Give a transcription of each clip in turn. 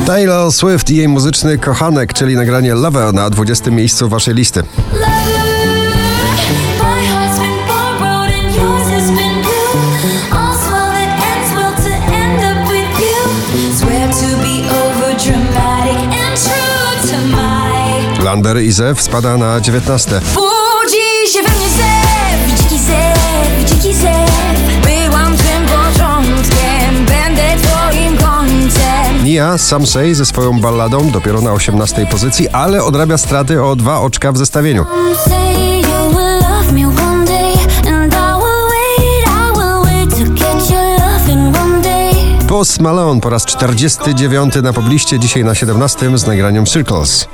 Taylor Swift i jej muzyczny kochanek, czyli nagranie Lover na 20. miejscu waszej listy. Lander i Zew spada na 19. Budzi się we mnie zew, dziki zew. Byłam tym początkiem, będę twoim końcem. Nia Some Say ze swoją balladą dopiero na 18. pozycji, ale odrabia straty o 2 oczka w zestawieniu. Post Malone po raz 49 na pobliście, dzisiaj na 17 z nagraniem Circles.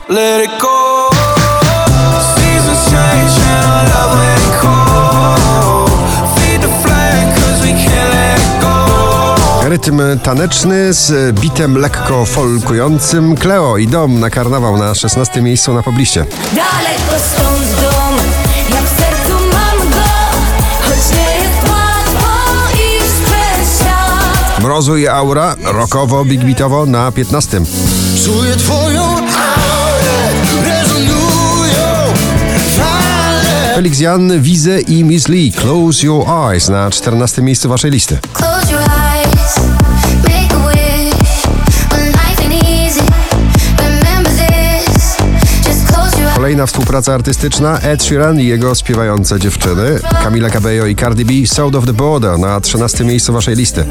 Rytm taneczny z bitem lekko folkującym. Cleo i Dom na karnawał na 16 miejscu na pobliście. Daleko stąd dom, ja w sercu mam go, choć nie jest łatwo iść przez świat. Mrozu i Aura, rockowo, big beatowo na 15. Czuję twoją aurę, rezonują fale. Felix Jan, Wize i Miss Lee, Close Your Eyes na 14 miejscu waszej listy. Close your eyes, make a wish, when life ain't easy, remember this, just close your eyes. Kolejna współpraca artystyczna, Ed Sheeran i jego śpiewające dziewczyny, Camila Cabello i Cardi B, South of the Border na 13 miejscu waszej listy.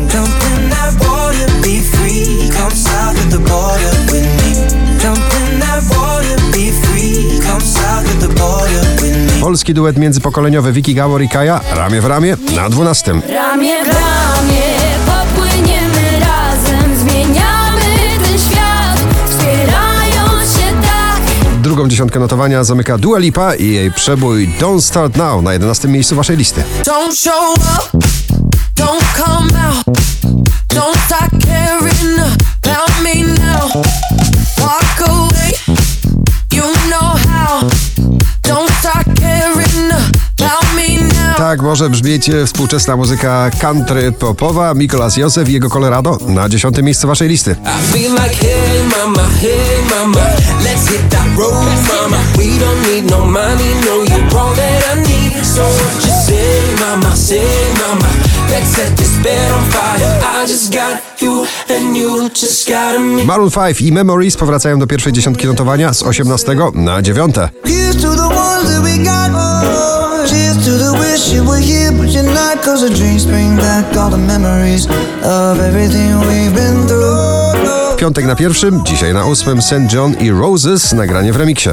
Polski duet międzypokoleniowy Vicky Gabor i Kaja, Ramię w ramię na 12. Ramię w ramię, popłyniemy razem, zmieniamy ten świat, wspierając się tak. Drugą dziesiątkę notowania zamyka Dua Lipa i jej przebój Don't Start Now na 11 miejscu waszej listy. Don't show up, don't come out, don't start caring about me now. Walk away, you know how. Don't start caring about me now. Tak może brzmieć współczesna muzyka country popowa. Mikolas Józef i jego Colorado na 10 miejscu waszej listy. I feel like hey mama, let's hit that road mama. We don't need no money, no you're all that I need. So what you say mama, let's set this bed on fire. I just got you and you just got me. Maroon 5 i Memories powracają do pierwszej dziesiątki notowania z 18 na 9. Here's to the ones that we got. Cheers to the wish you were here, but you're not. 'Cause the dreams bring back all the memories of everything we've been through. W piątek na pierwszym, dzisiaj na 8 St. John i Roses, nagranie w remiksie.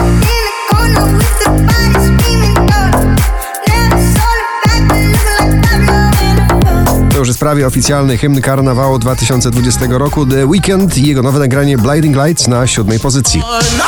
To już jest prawie oficjalny hymn karnawału 2020 roku. The Weeknd i jego nowe nagranie Blinding Lights na 7 pozycji.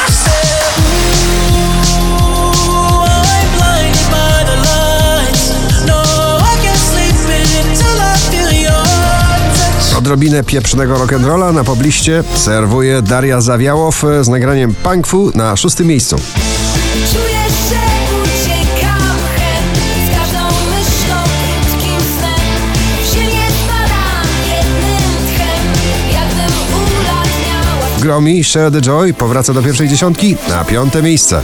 Odrobinę pieprznego rock'n'rolla na pobliście serwuje Daria Zawiałow z nagraniem Punk Fu na 6 miejscu. Czuję, że uciekam z każdą myślą, krótkim snem. W ziemię spadam jednym tchem, jakbym ulatniała. Gromi, Share the Joy powraca do pierwszej dziesiątki na 5 miejsce.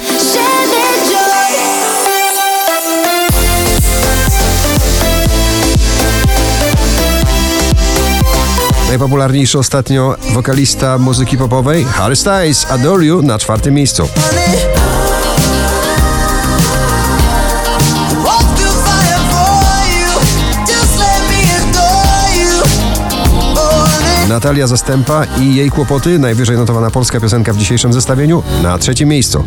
Najpopularniejszy ostatnio wokalista muzyki popowej Harry Styles, Adore You na 4 miejscu. Natalia Zastępa i jej kłopoty, najwyżej notowana polska piosenka w dzisiejszym zestawieniu, na 3 miejscu.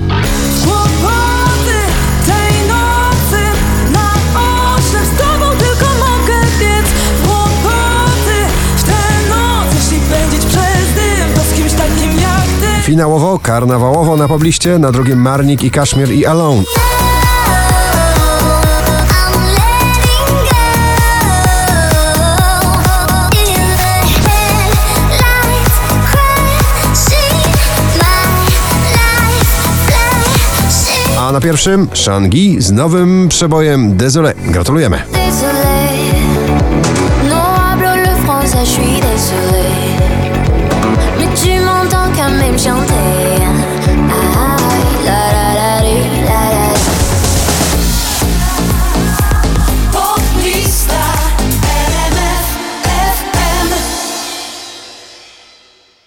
Finałowo, karnawałowo na pobliście, na drugim Marnik i Kaszmir i Alone. A na pierwszym Shangi z nowym przebojem Désolé. Gratulujemy.